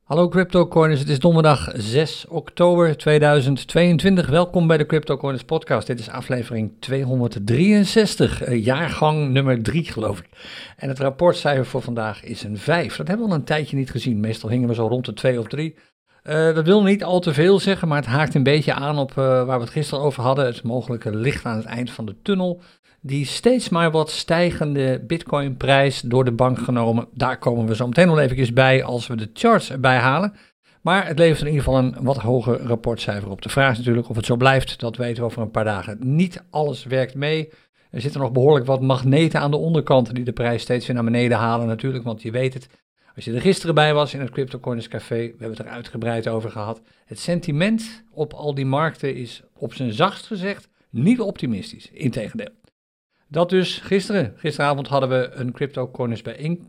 Hallo CryptoCoiners, het is donderdag 6 oktober 2022. Welkom bij de CryptoCoiners podcast. Dit is aflevering 263, jaargang nummer 3 geloof ik. En het rapportcijfer voor vandaag is een 5. Dat hebben we al een tijdje niet gezien. Meestal hingen we zo rond de 2 of 3. Dat wil niet al te veel zeggen, maar het haakt een beetje aan op waar we het gisteren over hadden. Het mogelijke licht aan het eind van de tunnel. Die steeds maar wat stijgende bitcoinprijs door de bank genomen. Daar komen we zo meteen nog even bij als we de charts erbij halen. Maar het levert in ieder geval een wat hoger rapportcijfer op. De vraag is natuurlijk of het zo blijft, dat weten we over een paar dagen. Niet alles werkt mee. Er zitten nog behoorlijk wat magneten aan de onderkant die de prijs steeds weer naar beneden halen natuurlijk. Want je weet het, als je er gisteren bij was in het CryptoCoiners Café, we hebben het er uitgebreid over gehad. Het sentiment op al die markten is op zijn zachtst gezegd niet optimistisch. Integendeel. Dat dus gisteravond hadden we een CryptoCoiners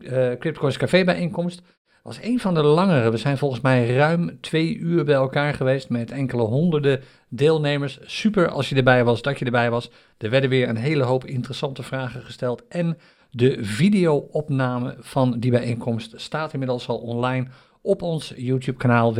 Café bijeenkomst. Dat was een van de langere. We zijn volgens mij ruim 2 uur bij elkaar geweest met enkele honderden deelnemers. Super als je erbij was, dat je erbij was. Er werden weer een hele hoop interessante vragen gesteld. En de video-opname van die bijeenkomst staat inmiddels al online op ons YouTube-kanaal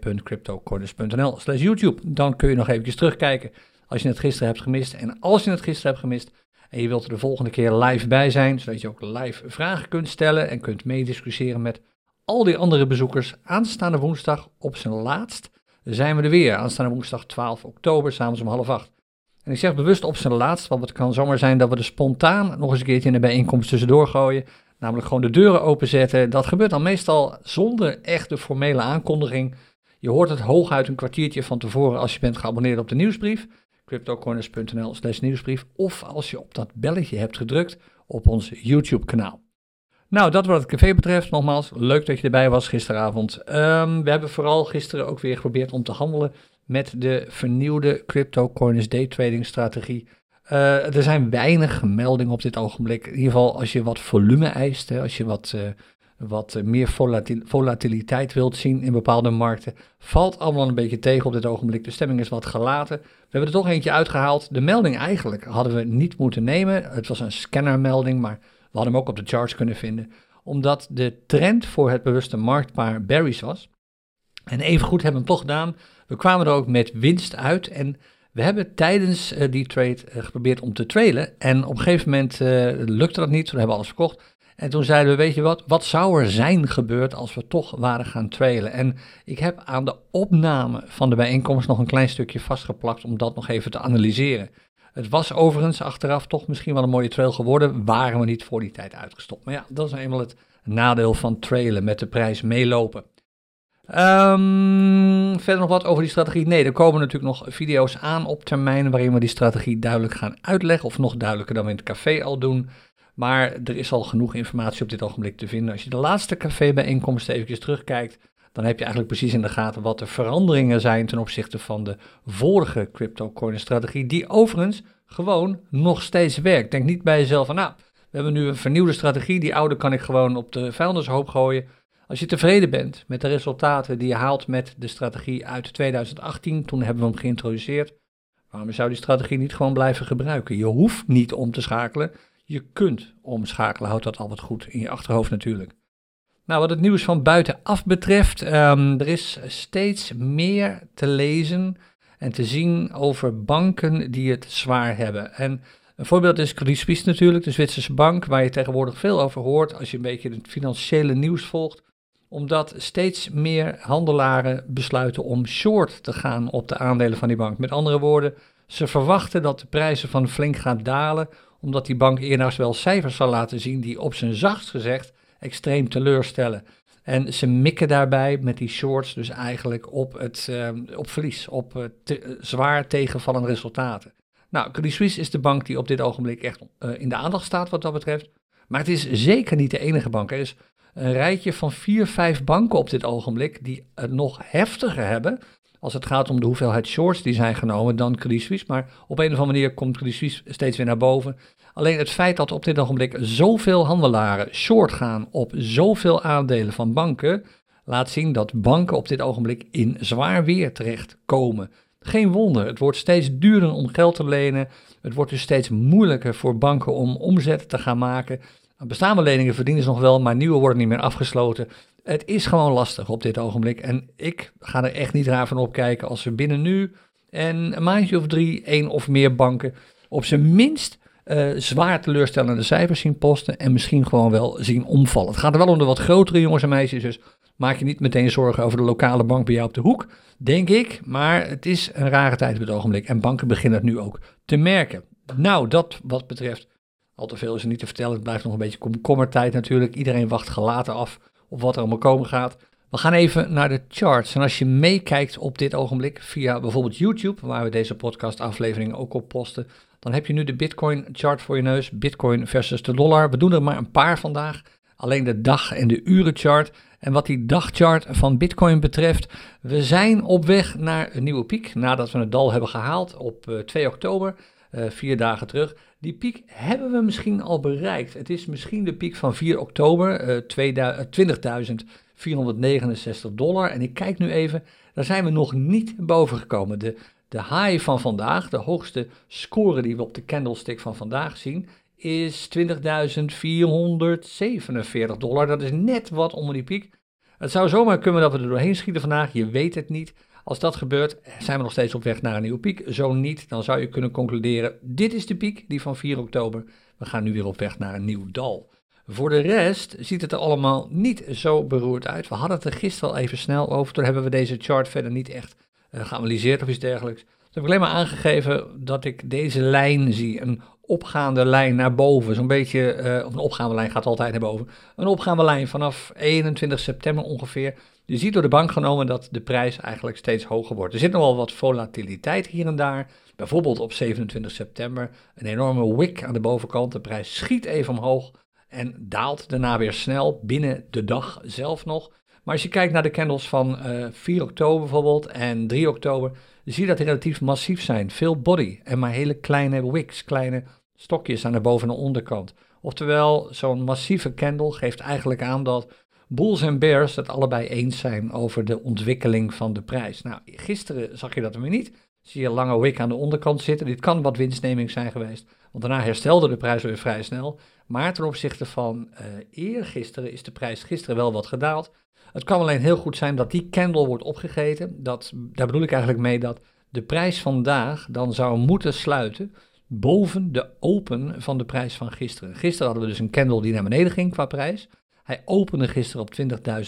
www.cryptocoiners.nl/YouTube. Dan kun je nog eventjes terugkijken als je het gisteren hebt gemist. En als je het gisteren hebt gemist en je wilt er de volgende keer live bij zijn, zodat je ook live vragen kunt stellen en kunt meediscussiëren met al die andere bezoekers. Aanstaande woensdag op zijn laatst zijn we er weer. Aanstaande woensdag 12 oktober, 's avonds om 7:30. En ik zeg bewust op zijn laatst, want het kan zomaar zijn dat we er spontaan nog eens een keertje in de bijeenkomst tussendoor gooien. Namelijk gewoon de deuren openzetten. Dat gebeurt dan meestal zonder echte formele aankondiging. Je hoort het hooguit een kwartiertje van tevoren als je bent geabonneerd op de nieuwsbrief. cryptocoiners.nl/nieuwsbrief of als je op dat belletje hebt gedrukt op ons YouTube-kanaal. Nou, dat wat het café betreft, nogmaals, leuk dat je erbij was gisteravond. We hebben vooral gisteren ook weer geprobeerd om te handelen met de vernieuwde CryptoCoiners daytrading strategie. Er zijn weinig meldingen op dit ogenblik. In ieder geval als je wat volume eist, als je wat meer volatiliteit wilt zien in bepaalde markten, valt allemaal een beetje tegen op dit ogenblik. De stemming is wat gelaten. We hebben er toch eentje uitgehaald. De melding eigenlijk hadden we niet moeten nemen. Het was een scannermelding, maar we hadden hem ook op de charts kunnen vinden. Omdat de trend voor het bewuste marktpaar bearish was. En evengoed hebben we hem toch gedaan. We kwamen er ook met winst uit en we hebben tijdens die trade geprobeerd om te trailen. En op een gegeven moment lukte dat niet, toen hebben we alles verkocht. En toen zeiden we, weet je wat zou er zijn gebeurd als we toch waren gaan trailen? En ik heb aan de opname van de bijeenkomst nog een klein stukje vastgeplakt om dat nog even te analyseren. Het was overigens achteraf toch misschien wel een mooie trail geworden, waren we niet voor die tijd uitgestopt. Maar ja, dat is nou eenmaal het nadeel van trailen, met de prijs meelopen. Verder nog wat over die strategie? Nee, er komen natuurlijk nog video's aan op termijn waarin we die strategie duidelijk gaan uitleggen, of nog duidelijker dan we in het café al doen. Maar er is al genoeg informatie op dit ogenblik te vinden. Als je de laatste cafébijeenkomsten eventjes terugkijkt, dan heb je eigenlijk precies in de gaten wat de veranderingen zijn ten opzichte van de vorige CryptoCoiners-strategie, die overigens gewoon nog steeds werkt. Denk niet bij jezelf van, nou, we hebben nu een vernieuwde strategie, die oude kan ik gewoon op de vuilnishoop gooien. Als je tevreden bent met de resultaten die je haalt met de strategie uit 2018, toen hebben we hem geïntroduceerd, waarom zou die strategie niet gewoon blijven gebruiken? Je hoeft niet om te schakelen. Je kunt omschakelen, houdt dat al wat goed in je achterhoofd natuurlijk. Nou, wat het nieuws van buitenaf betreft, er is steeds meer te lezen en te zien over banken die het zwaar hebben. En een voorbeeld is Credit Suisse natuurlijk, de Zwitserse bank, waar je tegenwoordig veel over hoort als je een beetje het financiële nieuws volgt. Omdat steeds meer handelaren besluiten om short te gaan op de aandelen van die bank. Met andere woorden, ze verwachten dat de prijzen van flink gaan dalen, omdat die bank eerder wel cijfers zal laten zien die op zijn zachtst gezegd extreem teleurstellen. En ze mikken daarbij met die shorts dus eigenlijk op verlies, op zwaar tegenvallende resultaten. Nou, Credit Suisse is de bank die op dit ogenblik echt in de aandacht staat wat dat betreft. Maar het is zeker niet de enige bank. Er is een rijtje van 4-5 banken op dit ogenblik die het nog heftiger hebben als het gaat om de hoeveelheid shorts die zijn genomen dan Credit Suisse. Maar op een of andere manier komt Credit Suisse steeds weer naar boven. Alleen het feit dat op dit ogenblik zoveel handelaren short gaan op zoveel aandelen van banken, laat zien dat banken op dit ogenblik in zwaar weer terechtkomen. Geen wonder, het wordt steeds duurder om geld te lenen. Het wordt dus steeds moeilijker voor banken om omzet te gaan maken. Bestaande leningen verdienen ze nog wel, maar nieuwe worden niet meer afgesloten. Het is gewoon lastig op dit ogenblik. En ik ga er echt niet raar van opkijken als we binnen nu en een maandje of 3, 1 of meer banken op zijn minst zwaar teleurstellende cijfers zien posten en misschien gewoon wel zien omvallen. Het gaat er wel om de wat grotere jongens en meisjes, dus maak je niet meteen zorgen over de lokale bank bij jou op de hoek, denk ik. Maar het is een rare tijd op het ogenblik en banken beginnen het nu ook te merken. Nou, dat wat betreft, al te veel is er niet te vertellen. Het blijft nog een beetje komkommertijd natuurlijk. Iedereen wacht gelaten af op wat er allemaal komen gaat. We gaan even naar de charts. En als je meekijkt op dit ogenblik via bijvoorbeeld YouTube, waar we deze podcastaflevering ook op posten, dan heb je nu de Bitcoin chart voor je neus. Bitcoin versus de dollar. We doen er maar een paar vandaag. Alleen de dag- en de urenchart. En wat die dagchart van Bitcoin betreft, we zijn op weg naar een nieuwe piek. Nadat we het dal hebben gehaald op 2 oktober, 4 dagen terug. Die piek hebben we misschien al bereikt. Het is misschien de piek van 4 oktober, $20.469. En ik kijk nu even, daar zijn we nog niet boven gekomen. De high van vandaag, de hoogste score die we op de candlestick van vandaag zien, is $20.447. Dat is net wat onder die piek. Het zou zomaar kunnen dat we er doorheen schieten vandaag, je weet het niet. Als dat gebeurt, zijn we nog steeds op weg naar een nieuwe piek. Zo niet, dan zou je kunnen concluderen, dit is de piek, die van 4 oktober. We gaan nu weer op weg naar een nieuw dal. Voor de rest ziet het er allemaal niet zo beroerd uit. We hadden het er gisteren al even snel over. Toen hebben we deze chart verder niet echt geanalyseerd of iets dergelijks. Toen heb ik alleen maar aangegeven dat ik deze lijn zie. Een opgaande lijn naar boven. Zo'n beetje, of een opgaande lijn gaat altijd naar boven. Een opgaande lijn vanaf 21 september ongeveer. Je ziet door de bank genomen dat de prijs eigenlijk steeds hoger wordt. Er zit nog wel wat volatiliteit hier en daar. Bijvoorbeeld op 27 september een enorme wick aan de bovenkant. De prijs schiet even omhoog en daalt daarna weer snel binnen de dag zelf nog. Maar als je kijkt naar de candles van 4 oktober bijvoorbeeld en 3 oktober, zie je dat die relatief massief zijn. Veel body en maar hele kleine wicks, kleine stokjes aan de boven- en onderkant. Oftewel, zo'n massieve candle geeft eigenlijk aan dat bulls en bears het allebei eens zijn over de ontwikkeling van de prijs. Nou, gisteren zag je dat weer niet. Zie je een lange wick aan de onderkant zitten. Dit kan wat winstneming zijn geweest, want daarna herstelde de prijs weer vrij snel. Maar ten opzichte van eergisteren is de prijs gisteren wel wat gedaald. Het kan alleen heel goed zijn dat die candle wordt opgegeten. Daar bedoel ik eigenlijk mee dat de prijs vandaag dan zou moeten sluiten boven de open van de prijs van gisteren. Gisteren hadden we dus een candle die naar beneden ging qua prijs. Hij opende gisteren op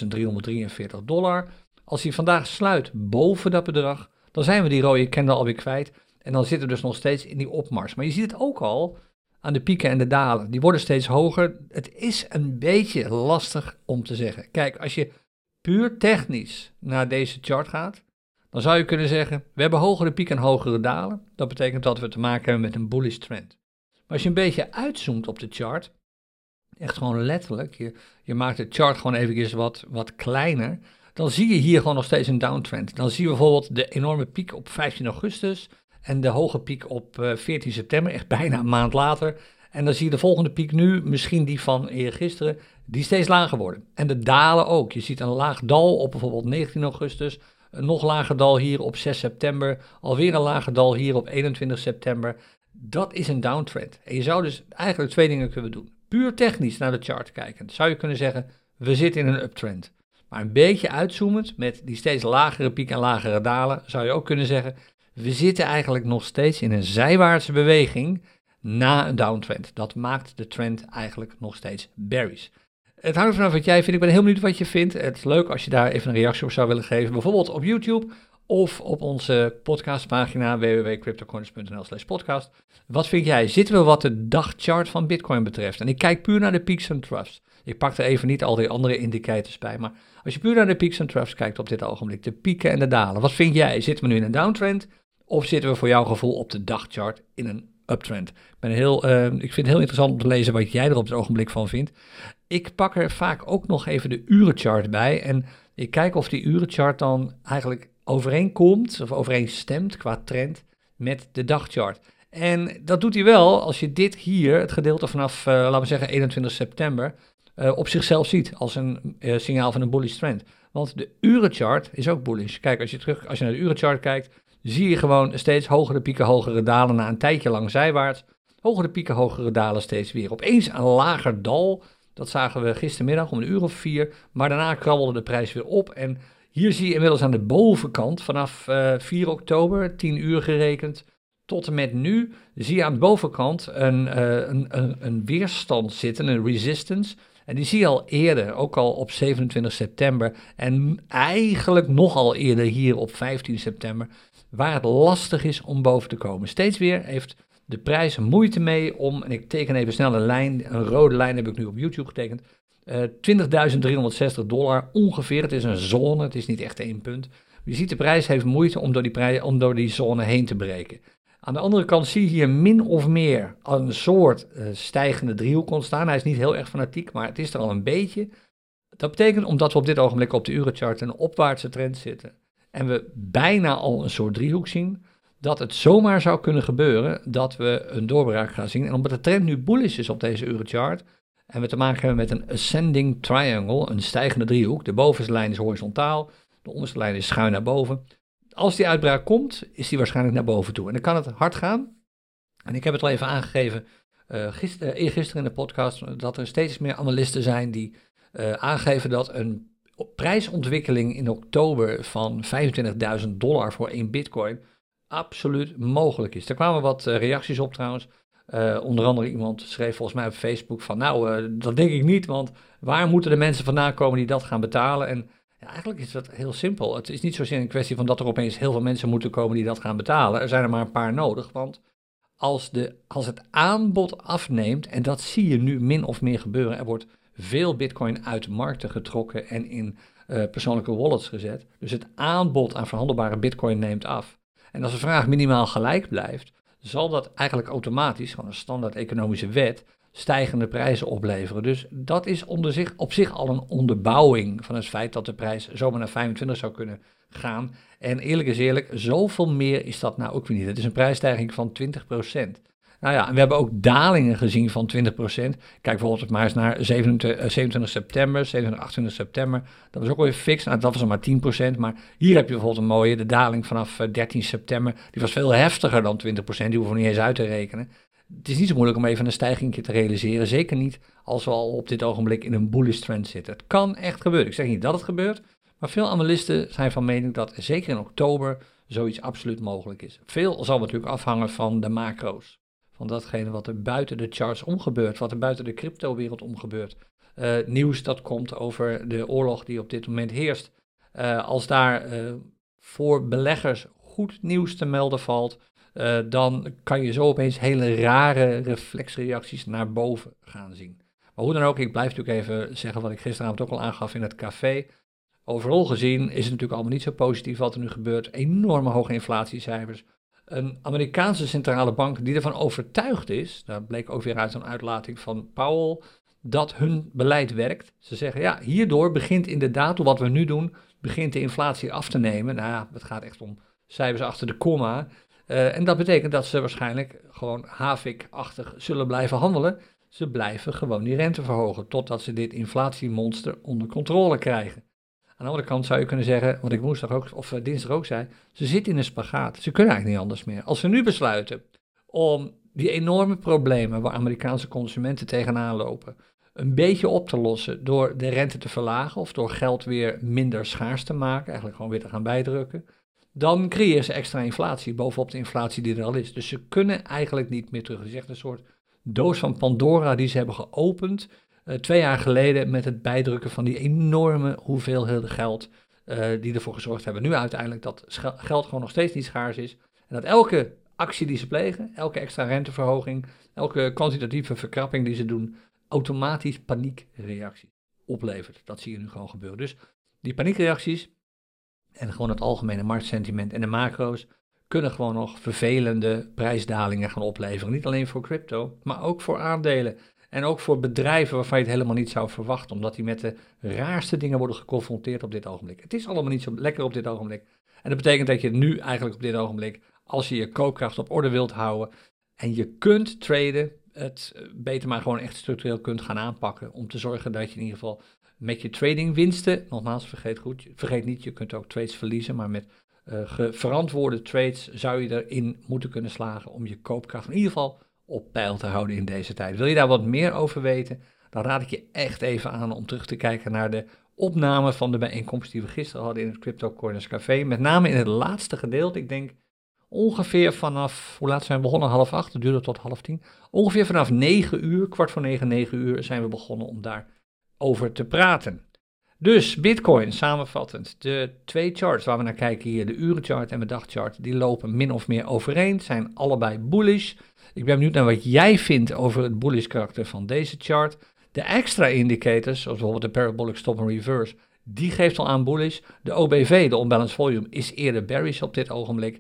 $20.343. Als hij vandaag sluit boven dat bedrag, dan zijn we die rode candle alweer kwijt. En dan zitten we dus nog steeds in die opmars. Maar je ziet het ook al aan de pieken en de dalen. Die worden steeds hoger. Het is een beetje lastig om te zeggen. Kijk, als je puur technisch naar deze chart gaat, dan zou je kunnen zeggen, we hebben hogere pieken en hogere dalen. Dat betekent dat we te maken hebben met een bullish trend. Maar als je een beetje uitzoomt op de chart, echt gewoon letterlijk, je maakt de chart gewoon eventjes wat kleiner, dan zie je hier gewoon nog steeds een downtrend. Dan zie je bijvoorbeeld de enorme piek op 15 augustus en de hoge piek op 14 september, echt bijna een maand later. En dan zie je de volgende piek nu, misschien die van eergisteren, die steeds lager worden. En de dalen ook. Je ziet een laag dal op bijvoorbeeld 19 augustus, een nog lager dal hier op 6 september, alweer een lager dal hier op 21 september. Dat is een downtrend. En je zou dus eigenlijk 2 dingen kunnen doen. Puur technisch naar de chart kijken, zou je kunnen zeggen, we zitten in een uptrend. Maar een beetje uitzoomend, met die steeds lagere pieken en lagere dalen, zou je ook kunnen zeggen, we zitten eigenlijk nog steeds in een zijwaartse beweging na een downtrend. Dat maakt de trend eigenlijk nog steeds bearish. Het hangt vanaf wat jij vindt. Ik ben heel benieuwd wat je vindt. Het is leuk als je daar even een reactie op zou willen geven. Bijvoorbeeld op YouTube of op onze podcastpagina www.cryptocoins.nl/podcast. Wat vind jij? Zitten we wat de dagchart van Bitcoin betreft? En ik kijk puur naar de peaks en troughs. Ik pak er even niet al die andere indicators bij. Maar als je puur naar de peaks en troughs kijkt op dit ogenblik, de pieken en de dalen. Wat vind jij? Zitten we nu in een downtrend? Of zitten we voor jouw gevoel op de dagchart in een uptrend? Ik vind het heel interessant om te lezen wat jij er op het ogenblik van vindt. Ik pak er vaak ook nog even de urenchart bij en ik kijk of die urenchart dan eigenlijk overeenkomt of overeenstemt qua trend met de dagchart. En dat doet hij wel als je dit hier, het gedeelte vanaf, laten we zeggen 21 september, op zichzelf ziet als een signaal van een bullish trend. Want de urenchart is ook bullish. Kijk, als je naar de urenchart kijkt, zie je gewoon steeds hogere pieken, hogere dalen na een tijdje lang zijwaarts. Hogere pieken, hogere dalen steeds weer. Opeens een lager dal Dat zagen we gistermiddag om 4:00, maar daarna krabbelde de prijs weer op. En hier zie je inmiddels aan de bovenkant, vanaf 4 oktober, 10 uur gerekend, tot en met nu, zie je aan de bovenkant een weerstand zitten, een resistance. En die zie je al eerder, ook al op 27 september en eigenlijk nogal eerder hier op 15 september, waar het lastig is om boven te komen. Steeds weer heeft de prijs moeite mee om, en ik teken even snel een lijn, een rode lijn heb ik nu op YouTube getekend, $20.360 ongeveer. Het is een zone, het is niet echt één punt. Je ziet de prijs heeft moeite om door die zone heen te breken. Aan de andere kant zie je hier min of meer een soort stijgende driehoek ontstaan. Hij is niet heel erg fanatiek, maar het is er al een beetje. Dat betekent, omdat we op dit ogenblik op de urenchart een opwaartse trend zitten en we bijna al een soort driehoek zien, dat het zomaar zou kunnen gebeuren dat we een doorbraak gaan zien. En omdat de trend nu bullish is op deze urenchart en we te maken hebben met een ascending triangle, een stijgende driehoek. De bovenste lijn is horizontaal, de onderste lijn is schuin naar boven. Als die uitbraak komt, is die waarschijnlijk naar boven toe. En dan kan het hard gaan. En ik heb het al even aangegeven eergisteren in de podcast, dat er steeds meer analisten zijn die aangeven dat een prijsontwikkeling in oktober van $25.000 voor 1 bitcoin absoluut mogelijk is. Er kwamen wat reacties op trouwens. Onder andere iemand schreef volgens mij op Facebook van dat denk ik niet, want waar moeten de mensen vandaan komen die dat gaan betalen? En ja, eigenlijk is dat heel simpel. Het is niet zozeer een kwestie van dat er opeens heel veel mensen moeten komen die dat gaan betalen. Er zijn er maar een paar nodig, want als het aanbod afneemt, en dat zie je nu min of meer gebeuren, er wordt veel bitcoin uit markten getrokken en in persoonlijke wallets gezet. Dus het aanbod aan verhandelbare bitcoin neemt af. En als de vraag minimaal gelijk blijft, zal dat eigenlijk automatisch, gewoon een standaard economische wet, stijgende prijzen opleveren. Dus dat is op zich al een onderbouwing van het feit dat de prijs zomaar naar 25 zou kunnen gaan. En eerlijk is eerlijk, zoveel meer is dat nou ook weer niet. Het is een prijsstijging van 20%. Nou ja, en we hebben ook dalingen gezien van 20%. Kijk bijvoorbeeld maar eens naar 27 september, 27, 28 september. Dat was ook weer fix. Nou, dat was al maar 10%. Maar hier heb je bijvoorbeeld een mooie, de daling vanaf 13 september. Die was veel heftiger dan 20%. Die hoeven we niet eens uit te rekenen. Het is niet zo moeilijk om even een stijging te realiseren. Zeker niet als we al op dit ogenblik in een bullish trend zitten. Het kan echt gebeuren. Ik zeg niet dat het gebeurt. Maar veel analisten zijn van mening dat zeker in oktober zoiets absoluut mogelijk is. Veel zal natuurlijk afhangen van de macro's. Van datgene wat er buiten de charts omgebeurt, wat er buiten de cryptowereld omgebeurt. Nieuws dat komt over de oorlog die op dit moment heerst. Als daar voor beleggers goed nieuws te melden valt, dan kan je zo opeens hele rare reflexreacties naar boven gaan zien. Maar hoe dan ook, ik blijf natuurlijk even zeggen wat ik gisteravond ook al aangaf in het café. Overal gezien is het natuurlijk allemaal niet zo positief wat er nu gebeurt. Enorme hoge inflatiecijfers. Een Amerikaanse centrale bank die ervan overtuigd is, dat bleek ook weer uit een uitlating van Powell, dat hun beleid werkt. Ze zeggen, ja, hierdoor begint inderdaad, door wat we nu doen, begint de inflatie af te nemen. Nou ja, het gaat echt om cijfers achter de komma. En dat betekent dat ze waarschijnlijk gewoon havik-achtig zullen blijven handelen. Ze blijven gewoon die rente verhogen, totdat ze dit inflatiemonster onder controle krijgen. Aan de andere kant zou je kunnen zeggen, wat ik dinsdag ook zei, ze zitten in een spagaat. Ze kunnen eigenlijk niet anders meer. Als ze nu besluiten om die enorme problemen waar Amerikaanse consumenten tegenaan lopen, een beetje op te lossen door de rente te verlagen of door geld weer minder schaars te maken, eigenlijk gewoon weer te gaan bijdrukken, dan creëren ze extra inflatie bovenop de inflatie die er al is. Dus ze kunnen eigenlijk niet meer terug. Het is echt een soort doos van Pandora die ze hebben geopend 2 jaar geleden met het bijdrukken van die enorme hoeveelheden geld die ervoor gezorgd hebben. Nu uiteindelijk dat geld gewoon nog steeds niet schaars is. En dat elke actie die ze plegen, elke extra renteverhoging, elke kwantitatieve verkrapping die ze doen, automatisch paniekreacties oplevert. Dat zie je nu gewoon gebeuren. Dus die paniekreacties en gewoon het algemene marktsentiment en de macro's kunnen gewoon nog vervelende prijsdalingen gaan opleveren. Niet alleen voor crypto, maar ook voor aandelen. En ook voor bedrijven waarvan je het helemaal niet zou verwachten, omdat die met de raarste dingen worden geconfronteerd op dit ogenblik. Het is allemaal niet zo lekker op dit ogenblik. En dat betekent dat je nu eigenlijk op dit ogenblik, als je je koopkracht op orde wilt houden en je kunt traden, het beter maar gewoon echt structureel kunt gaan aanpakken om te zorgen dat je in ieder geval met je tradingwinsten, nogmaals vergeet niet, je kunt ook trades verliezen, maar met verantwoorde trades zou je erin moeten kunnen slagen om je koopkracht in ieder geval op peil te houden in deze tijd. Wil je daar wat meer over weten? dan raad ik je echt even aan om terug te kijken naar de opname van de bijeenkomst die we gisteren hadden in het Crypto Corners Café. Met name in het laatste gedeelte, ik denk ongeveer vanaf, hoe laat zijn we begonnen? 7:30, het duurde tot 9:30. Ongeveer vanaf 9 uur, 9 uur, zijn we begonnen om daarover te praten. Dus Bitcoin, samenvattend, de 2 charts waar we naar kijken hier, de urenchart en de dagchart, die lopen min of meer overeen, zijn allebei bullish. Ik ben benieuwd naar wat jij vindt over het bullish karakter van deze chart. De extra indicators, zoals bijvoorbeeld de Parabolic Stop and Reverse, die geeft al aan bullish. De OBV, de Unbalanced Volume, is eerder bearish op dit ogenblik.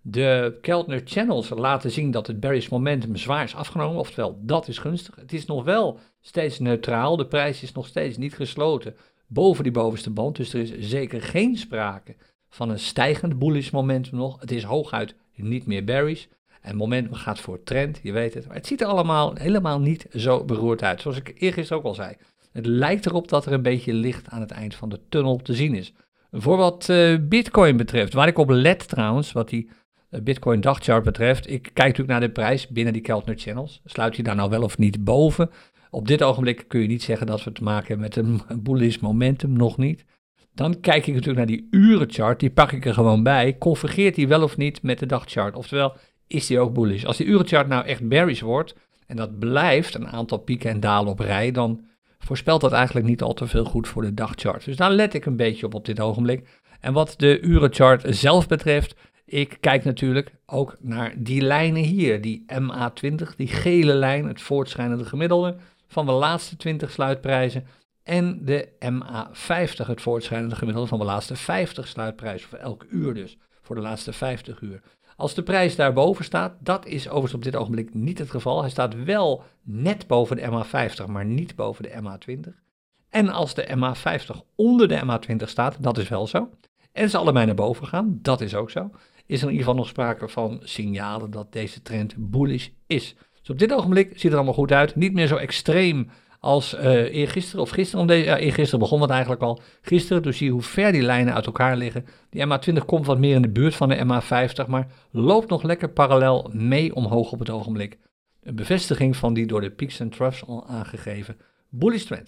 De Keltner Channels laten zien dat het bearish momentum zwaar is afgenomen, oftewel dat is gunstig. Het is nog wel steeds neutraal, de prijs is nog steeds niet gesloten boven die bovenste band, dus er is zeker geen sprake van een stijgend bullish momentum nog. Het is hooguit niet meer bearish en momentum gaat voor trend, je weet het. Maar het ziet er allemaal helemaal niet zo beroerd uit, zoals ik eergisteren ook al zei. Het lijkt erop dat er een beetje licht aan het eind van de tunnel te zien is. Voor wat Bitcoin betreft, waar ik op let trouwens, wat die Bitcoin dagchart betreft, ik kijk natuurlijk naar de prijs binnen die Keltner Channels. Sluit hij daar nou wel of niet boven? Op dit ogenblik kun je niet zeggen dat we te maken hebben met een bullish momentum, nog niet. Dan kijk ik natuurlijk naar die urenchart, die pak ik er gewoon bij. Convergeert die wel of niet met de dagchart? Oftewel, is die ook bullish? Als die urenchart nou echt bearish wordt, en dat blijft een aantal pieken en dalen op rij, dan voorspelt dat eigenlijk niet al te veel goed voor de dagchart. Dus daar let ik een beetje op dit ogenblik. En wat de urenchart zelf betreft, ik kijk natuurlijk ook naar die lijnen hier, die MA20, die gele lijn, het voortschrijdende gemiddelde van de laatste 20 sluitprijzen en de MA50, het voortschrijdende gemiddelde van de laatste 50 sluitprijzen, voor elk uur dus, voor de laatste 50 uur. Als de prijs daarboven staat, dat is overigens op dit ogenblik niet het geval. Hij staat wel net boven de MA50, maar niet boven de MA20. En als de MA50 onder de MA20 staat, dat is wel zo, en ze allebei naar boven gaan, dat is ook zo, is er in ieder geval nog sprake van signalen dat deze trend bullish is. Dus op dit ogenblik ziet het er allemaal goed uit. Niet meer zo extreem als eergisteren of gisteren. Eergisteren begon het eigenlijk al. Gisteren, dus zie je hoe ver die lijnen uit elkaar liggen. Die MA20 komt wat meer in de buurt van de MA50, maar loopt nog lekker parallel mee omhoog op het ogenblik. Een bevestiging van die door de peaks en troughs al aangegeven bullish trend.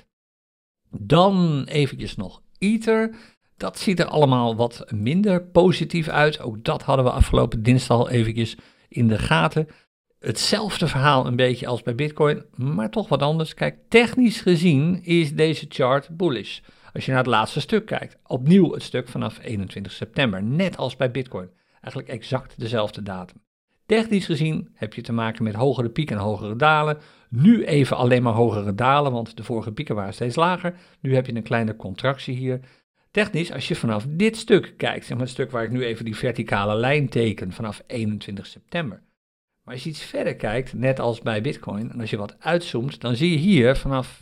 Dan eventjes nog Ether. Dat ziet er allemaal wat minder positief uit. Ook dat hadden we afgelopen dinsdag al eventjes in de gaten. Hetzelfde verhaal een beetje als bij Bitcoin, maar toch wat anders. Kijk, technisch gezien is deze chart bullish. Als je naar het laatste stuk kijkt, opnieuw het stuk vanaf 21 september, net als bij Bitcoin. Eigenlijk exact dezelfde datum. Technisch gezien heb je te maken met hogere pieken en hogere dalen. Nu even alleen maar hogere dalen, want de vorige pieken waren steeds lager. Nu heb je een kleine contractie hier. Technisch, als je vanaf dit stuk kijkt, zeg maar het stuk waar ik nu even die verticale lijn teken, vanaf 21 september. Maar als je iets verder kijkt, net als bij Bitcoin, en als je wat uitzoomt, dan zie je hier vanaf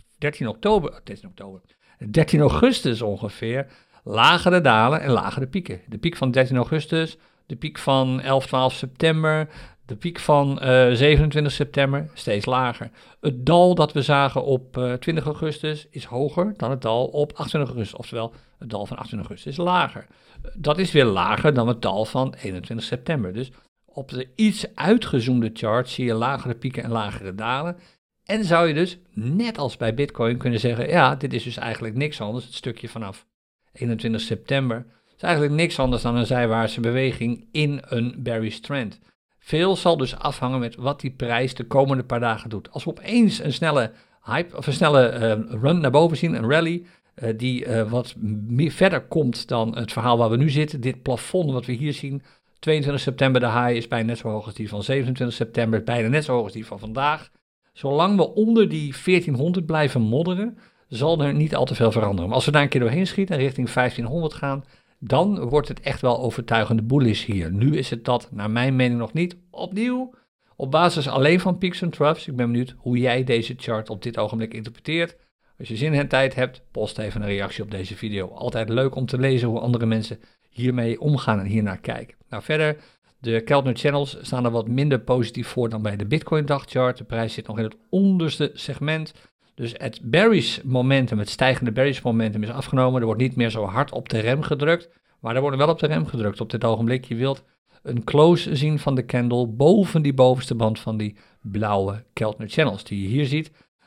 13 augustus ongeveer, lagere dalen en lagere pieken. De piek van 13 augustus, de piek van 11, 12 september, de piek van 27 september, steeds lager. Het dal dat we zagen op 20 augustus is hoger dan het dal op 28 augustus, oftewel het dal van 28 augustus is lager. Dat is weer lager dan het dal van 21 september, dus op de iets uitgezoomde chart zie je lagere pieken en lagere dalen. En zou je dus, net als bij Bitcoin, kunnen zeggen, ja, dit is dus eigenlijk niks anders. Het stukje vanaf 21 september is eigenlijk niks anders dan een zijwaartse beweging in een bearish trend. Veel zal dus afhangen met wat die prijs de komende paar dagen doet. Als we opeens een snelle hype of een snelle run naar boven zien, een rally, die wat meer verder komt dan het verhaal waar we nu zitten, dit plafond wat we hier zien. 22 september de high is bijna net zo hoog als die van 27 september, bijna net zo hoog als die van vandaag. Zolang we onder die 1400 blijven modderen, zal er niet al te veel veranderen. Maar als we daar een keer doorheen schieten en richting 1500 gaan, dan wordt het echt wel overtuigende bullish hier. Nu is het dat, naar mijn mening, nog niet. Opnieuw, op basis alleen van peaks en troughs. Ik ben benieuwd hoe jij deze chart op dit ogenblik interpreteert. Als je zin en tijd hebt, post even een reactie op deze video. Altijd leuk om te lezen hoe andere mensen hiermee omgaan en hiernaar kijken. Nou, verder, de Keltner Channels staan er wat minder positief voor dan bij de Bitcoin dagchart. De prijs zit nog in het onderste segment. Dus het bearish momentum, het stijgende bearish momentum is afgenomen. Er wordt niet meer zo hard op de rem gedrukt, maar er wordt wel op de rem gedrukt op dit ogenblik. Je wilt een close zien van de candle boven die bovenste band van die blauwe Keltner Channels die je hier ziet.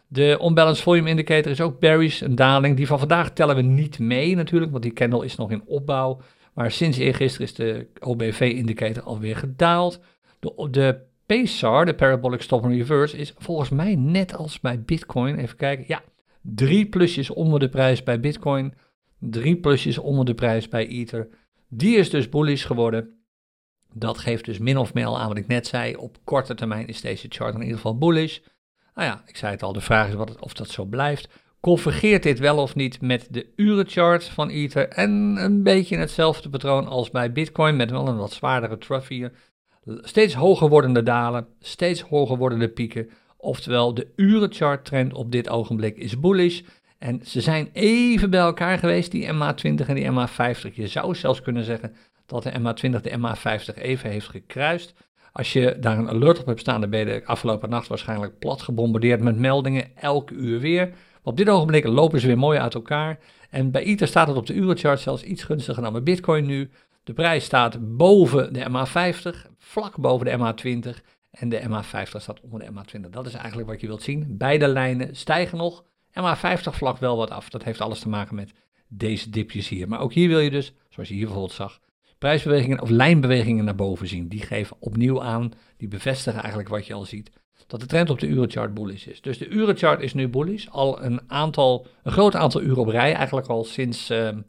De Unbalanced Volume Indicator is ook bearish, een daling. Die van vandaag tellen we niet mee natuurlijk, want die candle is nog in opbouw. Maar sinds eergisteren is de OBV-indicator alweer gedaald. De PSAR, de Parabolic Stop and Reverse, is volgens mij net als bij Bitcoin. Even kijken. Ja, 3 plusjes onder de prijs bij Bitcoin. 3 plusjes onder de prijs bij Ether. Die is dus bullish geworden. Dat geeft dus min of meer al aan wat ik net zei. Op korte termijn is deze chart in ieder geval bullish. Nou ja, ik zei het al, de vraag is of dat zo blijft. Convergeert dit wel of niet met de urenchart van Ether en een beetje hetzelfde patroon als bij Bitcoin met wel een wat zwaardere trough hier. Steeds hoger wordende dalen, steeds hoger wordende pieken. Oftewel, de urenchart trend op dit ogenblik is bullish. En ze zijn even bij elkaar geweest, die MA20 en die MA50. Je zou zelfs kunnen zeggen dat de MA20 de MA50 even heeft gekruist. Als je daar een alert op hebt staan, dan ben je de afgelopen nacht waarschijnlijk plat gebombardeerd met meldingen, elke uur weer. Maar op dit ogenblik lopen ze weer mooi uit elkaar. En bij Ether staat het op de urenchart zelfs iets gunstiger dan bij Bitcoin nu. De prijs staat boven de MA50, vlak boven de MA20. En de MA50 staat onder de MA20. Dat is eigenlijk wat je wilt zien. Beide lijnen stijgen nog. MA50 vlak wel wat af. Dat heeft alles te maken met deze dipjes hier. Maar ook hier wil je dus, zoals je hier bijvoorbeeld zag, prijsbewegingen of lijnbewegingen naar boven zien. Die geven opnieuw aan, die bevestigen eigenlijk wat je al ziet, dat de trend op de urenchart bullish is. Dus de urenchart is nu bullish, al een groot aantal uren op rij, eigenlijk al sinds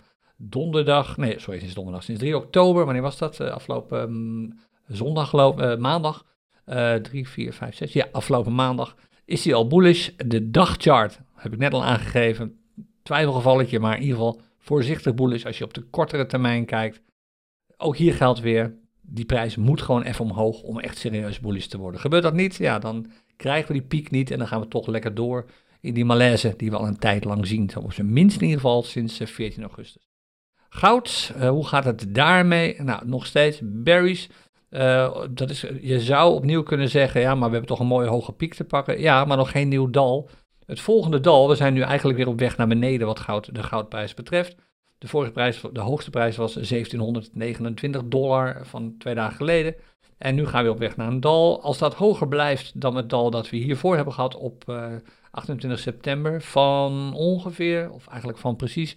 sinds donderdag, sinds 3 oktober, wanneer was dat? Afgelopen maandag, 3, 4, 5, 6, ja, afgelopen maandag is die al bullish. De dagchart, heb ik net al aangegeven, twijfelgevalletje, maar in ieder geval voorzichtig bullish als je op de kortere termijn kijkt. Ook hier geldt weer, die prijs moet gewoon even omhoog om echt serieus bullish te worden. Gebeurt dat niet, ja, dan krijgen we die piek niet en dan gaan we toch lekker door in die malaise die we al een tijd lang zien. Zo op zijn minst in ieder geval sinds 14 augustus. Goud, hoe gaat het daarmee? Nou, nog steeds bearish. Je zou opnieuw kunnen zeggen, ja, maar we hebben toch een mooie hoge piek te pakken. Ja, maar nog geen nieuw dal. Het volgende dal, we zijn nu eigenlijk weer op weg naar beneden wat de goudprijs betreft. De hoogste prijs was $1729 van 2 dagen geleden. En nu gaan we op weg naar een dal. Als dat hoger blijft dan het dal dat we hiervoor hebben gehad op 28 september van ongeveer, of eigenlijk van precies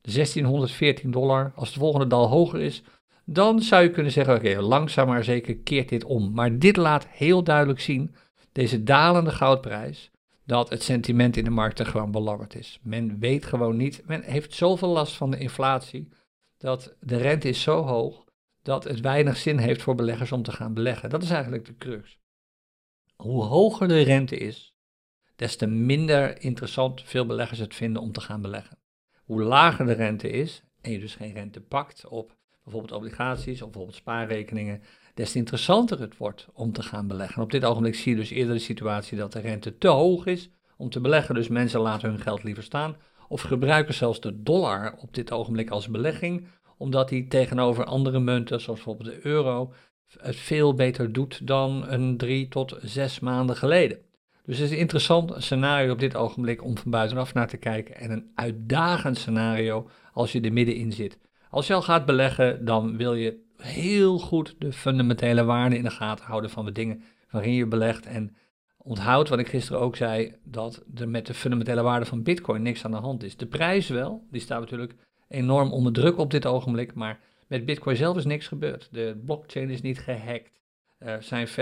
$1614. Als het volgende dal hoger is, dan zou je kunnen zeggen, oké, langzaam maar zeker keert dit om. Maar dit laat heel duidelijk zien, deze dalende goudprijs, dat het sentiment in de markten gewoon belangrijk is. Men weet gewoon niet, men heeft zoveel last van de inflatie, dat de rente is zo hoog, dat het weinig zin heeft voor beleggers om te gaan beleggen. Dat is eigenlijk de crux. Hoe hoger de rente is, des te minder interessant veel beleggers het vinden om te gaan beleggen. Hoe lager de rente is, en je dus geen rente pakt op bijvoorbeeld obligaties of bijvoorbeeld spaarrekeningen, des te interessanter het wordt om te gaan beleggen. Op dit ogenblik zie je dus eerder de situatie dat de rente te hoog is om te beleggen, dus mensen laten hun geld liever staan of gebruiken zelfs de dollar op dit ogenblik als belegging, omdat die tegenover andere munten, zoals bijvoorbeeld de euro, het veel beter doet dan een 3 tot 6 maanden geleden. Dus het is een interessant scenario op dit ogenblik om van buitenaf naar te kijken en een uitdagend scenario als je er middenin zit. Als je al gaat beleggen, dan wil je heel goed de fundamentele waarde in de gaten houden van de dingen waarin je belegt. En onthoud wat ik gisteren ook zei, dat er met de fundamentele waarde van Bitcoin niks aan de hand is. De prijs wel, die staat natuurlijk enorm onder druk op dit ogenblik, maar met Bitcoin zelf is niks gebeurd. De blockchain is niet gehackt. Er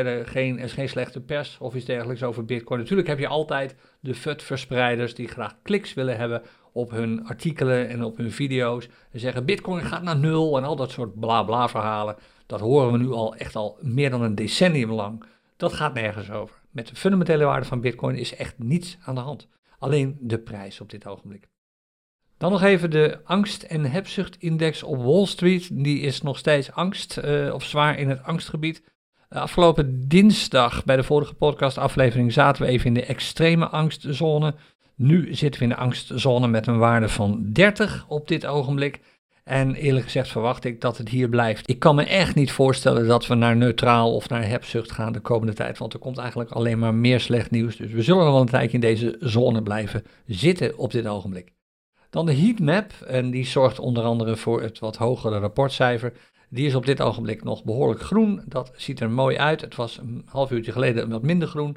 is geen slechte pers of iets dergelijks over Bitcoin. Natuurlijk heb je altijd de FUD-verspreiders die graag kliks willen hebben op hun artikelen en op hun video's. En zeggen Bitcoin gaat naar 0 en al dat soort bla bla verhalen. Dat horen we nu al meer dan een decennium lang. Dat gaat nergens over. Met de fundamentele waarde van Bitcoin is echt niets aan de hand. Alleen de prijs op dit ogenblik. Dan nog even de angst- en hebzuchtindex op Wall Street. Die is nog steeds of zwaar in het angstgebied. Afgelopen dinsdag bij de vorige podcastaflevering zaten we even in de extreme angstzone. Nu zitten we in de angstzone met een waarde van 30 op dit ogenblik. En eerlijk gezegd verwacht ik dat het hier blijft. Ik kan me echt niet voorstellen dat we naar neutraal of naar hebzucht gaan de komende tijd. Want er komt eigenlijk alleen maar meer slecht nieuws. Dus we zullen nog wel een tijdje in deze zone blijven zitten op dit ogenblik. Dan de heatmap. En die zorgt onder andere voor het wat hogere rapportcijfer. Die is op dit ogenblik nog behoorlijk groen. Dat ziet er mooi uit. Het was een half uurtje geleden wat minder groen.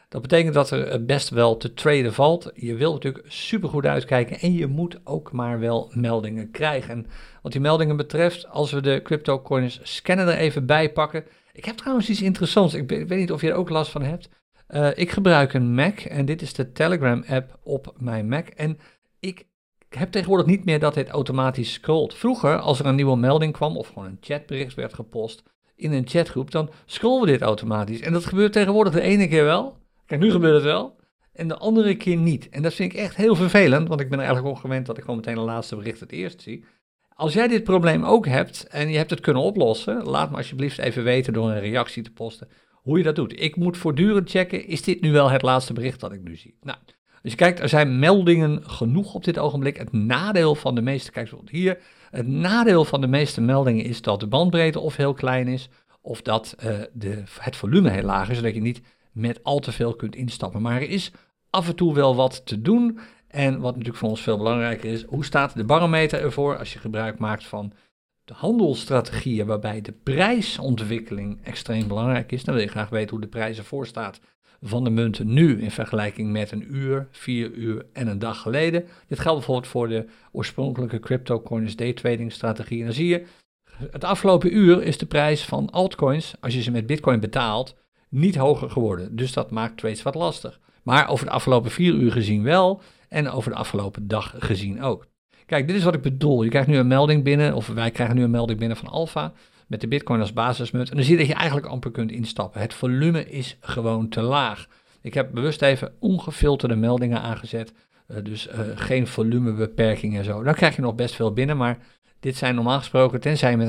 Dat betekent dat er best wel te traden valt. Je wilt natuurlijk supergoed uitkijken en je moet ook maar wel meldingen krijgen. En wat die meldingen betreft, als we de CryptoCoins scanner er even bij pakken. Ik heb trouwens iets interessants, ik weet niet of je er ook last van hebt. Ik gebruik een Mac en dit is de Telegram app op mijn Mac. En ik heb tegenwoordig niet meer dat dit automatisch scrolt. Vroeger, als er een nieuwe melding kwam of gewoon een chatbericht werd gepost in een chatgroep, dan scrollen we dit automatisch. En dat gebeurt tegenwoordig de ene keer wel. Kijk, nu gebeurt het wel. En de andere keer niet. En dat vind ik echt heel vervelend, want ik ben er eigenlijk ongewend dat ik gewoon meteen de laatste bericht het eerst zie. Als jij dit probleem ook hebt en je hebt het kunnen oplossen, laat me alsjeblieft even weten door een reactie te posten hoe je dat doet. Ik moet voortdurend checken, is dit nu wel het laatste bericht dat ik nu zie? Nou, dus je kijkt, er zijn meldingen genoeg op dit ogenblik. Het nadeel van de meeste, kijk bijvoorbeeld hier, het nadeel van de meeste meldingen is dat de bandbreedte of heel klein is, of dat het volume heel laag is, zodat je niet met al te veel kunt instappen. Maar er is af en toe wel wat te doen. En wat natuurlijk voor ons veel belangrijker is, hoe staat de barometer ervoor als je gebruik maakt van de handelsstrategieën waarbij de prijsontwikkeling extreem belangrijk is. Dan wil je graag weten hoe de prijs ervoor staat van de munten nu in vergelijking met een uur, 4 uur en een dag geleden. Dit geldt bijvoorbeeld voor de oorspronkelijke CryptoCoins daytrading strategie. En dan zie je, het afgelopen uur is de prijs van altcoins, als je ze met Bitcoin betaalt, niet hoger geworden. Dus dat maakt trades wat lastig. Maar over de afgelopen 4 uur gezien wel en over de afgelopen dag gezien ook. Kijk, dit is wat ik bedoel. Je krijgt nu een melding binnen, of wij krijgen nu een melding binnen van Alpha met de Bitcoin als basismunt. En dan zie je dat je eigenlijk amper kunt instappen. Het volume is gewoon te laag. Ik heb bewust even ongefilterde meldingen aangezet, dus geen volumebeperking en zo. Dan krijg je nog best veel binnen, maar dit zijn normaal gesproken, tenzij je met een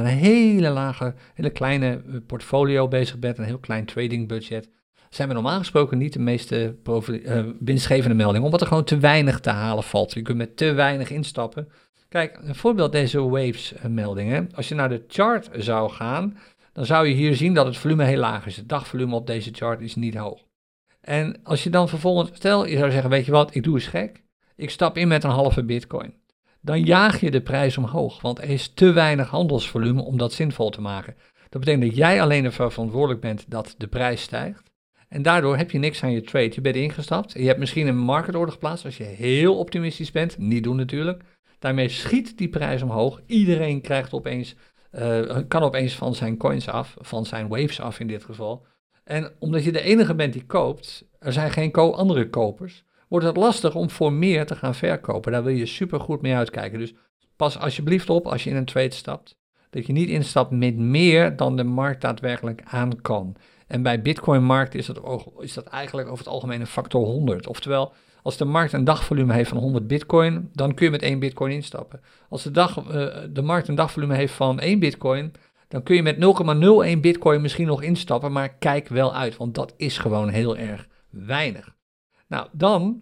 hele kleine portfolio bezig bent, een heel klein trading budget, zijn we normaal gesproken niet de meeste winstgevende meldingen, omdat er gewoon te weinig te halen valt. Je kunt met te weinig instappen. Kijk, een voorbeeld deze waves meldingen. Als je naar de chart zou gaan, dan zou je hier zien dat het volume heel laag is. Het dagvolume op deze chart is niet hoog. En als je dan vervolgens, stel je zou zeggen, weet je wat, ik doe eens gek. Ik stap in met een halve bitcoin. Dan jaag je de prijs omhoog, want er is te weinig handelsvolume om dat zinvol te maken. Dat betekent dat jij alleen ervoor verantwoordelijk bent dat de prijs stijgt. En daardoor heb je niks aan je trade. Je bent ingestapt. Je hebt misschien een market order geplaatst als je heel optimistisch bent. Niet doen natuurlijk. Daarmee schiet die prijs omhoog. Iedereen krijgt kan opeens van zijn coins af, van zijn waves af in dit geval. En omdat je de enige bent die koopt, er zijn geen andere kopers, wordt het lastig om voor meer te gaan verkopen. Daar wil je super goed mee uitkijken. Dus pas alsjeblieft op als je in een trade stapt, dat je niet instapt met meer dan de markt daadwerkelijk aan kan. En bij Bitcoin-markt is dat eigenlijk over het algemeen een factor 100. Oftewel, als de markt een dagvolume heeft van 100 bitcoin, dan kun je met 1 bitcoin instappen. Als de markt een dagvolume heeft van 1 bitcoin, dan kun je met 0,01 bitcoin misschien nog instappen, maar kijk wel uit, want dat is gewoon heel erg weinig. Nou, dan,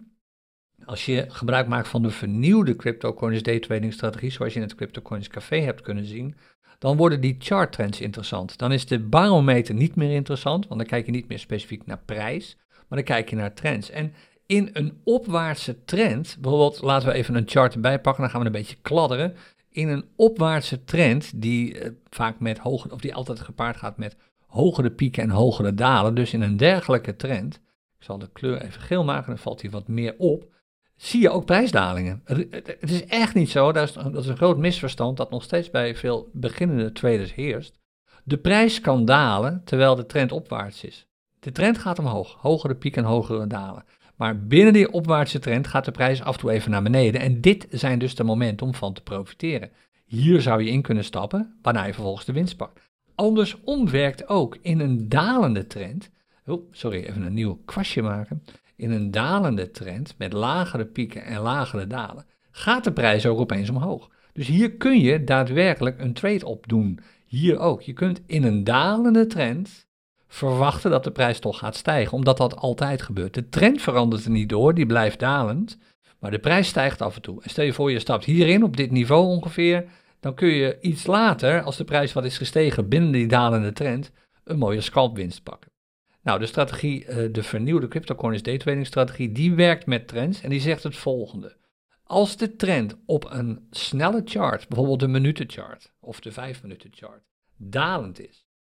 als je gebruik maakt van de vernieuwde CryptoCoins daytrading strategie, zoals je in het CryptoCoins Café hebt kunnen zien, dan worden die charttrends interessant. Dan is de barometer niet meer interessant, want dan kijk je niet meer specifiek naar prijs, maar dan kijk je naar trends. En in een opwaartse trend, bijvoorbeeld laten we even een chart erbij pakken, dan gaan we een beetje kladderen. In een opwaartse trend die vaak met die altijd gepaard gaat met hogere pieken en hogere dalen, dus in een dergelijke trend, ik zal de kleur even geel maken, dan valt hier wat meer op, zie je ook prijsdalingen. Het is echt niet zo, dat is een groot misverstand dat nog steeds bij veel beginnende traders heerst. De prijs kan dalen terwijl de trend opwaarts is. De trend gaat omhoog, hogere pieken en hogere dalen. Maar binnen die opwaartse trend gaat de prijs af en toe even naar beneden. En dit zijn dus de momenten om van te profiteren. Hier zou je in kunnen stappen, waarna je vervolgens de winst pakt. Andersom werkt ook in een dalende trend. Even een nieuw kwastje maken. In een dalende trend met lagere pieken en lagere dalen gaat de prijs ook opeens omhoog. Dus hier kun je daadwerkelijk een trade op doen. Hier ook. Je kunt in een dalende trend verwachten dat de prijs toch gaat stijgen, omdat dat altijd gebeurt. De trend verandert er niet door, die blijft dalend, maar de prijs stijgt af en toe. En stel je voor je stapt hierin, op dit niveau ongeveer, dan kun je iets later, als de prijs wat is gestegen binnen die dalende trend, een mooie scalpwinst pakken. Nou, de strategie, de vernieuwde CryptoCoins daytrading strategie, die werkt met trends en die zegt het volgende. Als de trend op een snelle chart, bijvoorbeeld de minutenchart of de 5 minuten chart, dalend is,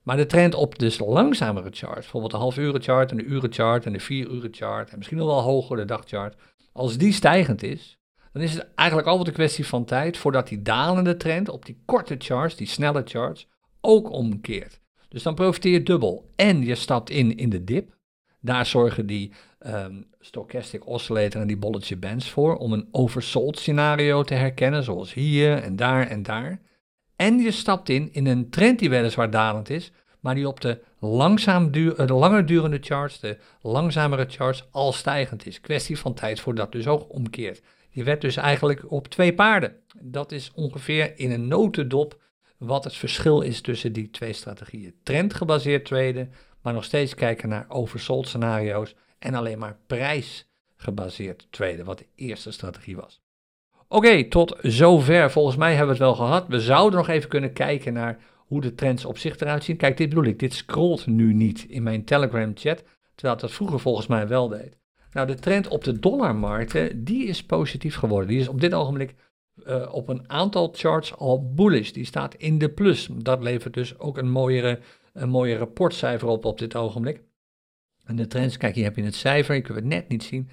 Maar de trend op dus langzamere charts, bijvoorbeeld de half-uren chart en de uren-chart en de 4-uren chart en misschien nog wel hoger de dagchart, als die stijgend is, dan is het eigenlijk altijd een kwestie van tijd voordat die dalende trend op die korte charts, die snelle charts, ook omkeert. Dus dan profiteer je dubbel. En je stapt in de dip. Daar zorgen die stochastic oscillator en die Bollinger Bands voor om een oversold scenario te herkennen, zoals hier en daar en daar. En je stapt in een trend die weliswaar dalend is, maar die op de langer durende charts, de langzamere charts, al stijgend is. Kwestie van tijd voordat dus ook omkeert. Je werd dus eigenlijk op 2 paarden. Dat is ongeveer in een notendop wat het verschil is tussen die 2 strategieën. Trendgebaseerd traden, maar nog steeds kijken naar oversold scenario's en alleen maar prijsgebaseerd traden, wat de eerste strategie was. Oké, tot zover. Volgens mij hebben we het wel gehad. We zouden nog even kunnen kijken naar hoe de trends op zich eruit zien. Kijk, dit bedoel ik. Dit scrolt nu niet in mijn Telegram chat, terwijl het dat vroeger volgens mij wel deed. Nou, de trend op de dollarmarkten, die is positief geworden. Die is op dit ogenblik op een aantal charts al bullish. Die staat in de plus. Dat levert dus ook een mooie rapportcijfer op dit ogenblik. En de trends, kijk, hier heb je het cijfer, je kunt het net niet zien.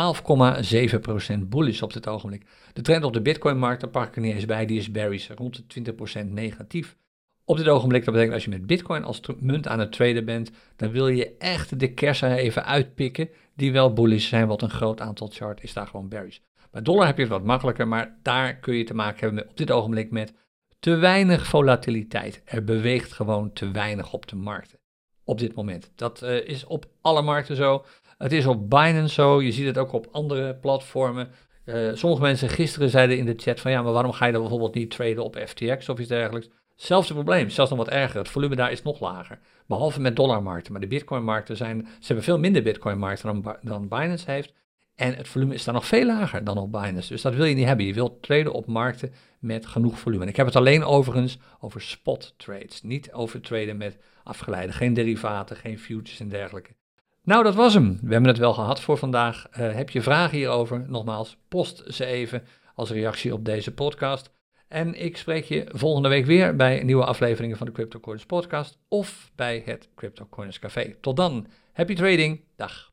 12,7% bullish op dit ogenblik. De trend op de Bitcoin-markt, daar pak ik er niet eens bij, die is bearish, rond de 20% negatief. Op dit ogenblik, dat betekent als je met Bitcoin als munt aan het traden bent, dan wil je echt de kersen even uitpikken die wel bullish zijn, want een groot aantal chart is daar gewoon bearish. Bij dollar heb je het wat makkelijker, maar daar kun je te maken hebben op dit ogenblik met te weinig volatiliteit. Er beweegt gewoon te weinig op de markten op dit moment. Dat is op alle markten zo. Het is op Binance zo, je ziet het ook op andere platformen. Sommige mensen gisteren zeiden in de chat van ja, maar waarom ga je dan bijvoorbeeld niet traden op FTX of iets dergelijks? Zelfde probleem, zelfs nog wat erger. Het volume daar is nog lager. Behalve met dollarmarkten, maar de bitcoinmarkten ze hebben veel minder bitcoinmarkten dan Binance heeft. En het volume is daar nog veel lager dan op Binance. Dus dat wil je niet hebben. Je wilt traden op markten met genoeg volume. En ik heb het alleen overigens over spot trades. Niet over traden met afgeleide. Geen derivaten, geen futures en dergelijke. Nou, dat was hem. We hebben het wel gehad voor vandaag. Heb je vragen hierover? Nogmaals, post ze even als reactie op deze podcast. En ik spreek je volgende week weer bij nieuwe afleveringen van de Crypto Corners podcast of bij het Crypto Corners Café. Tot dan, happy trading, dag.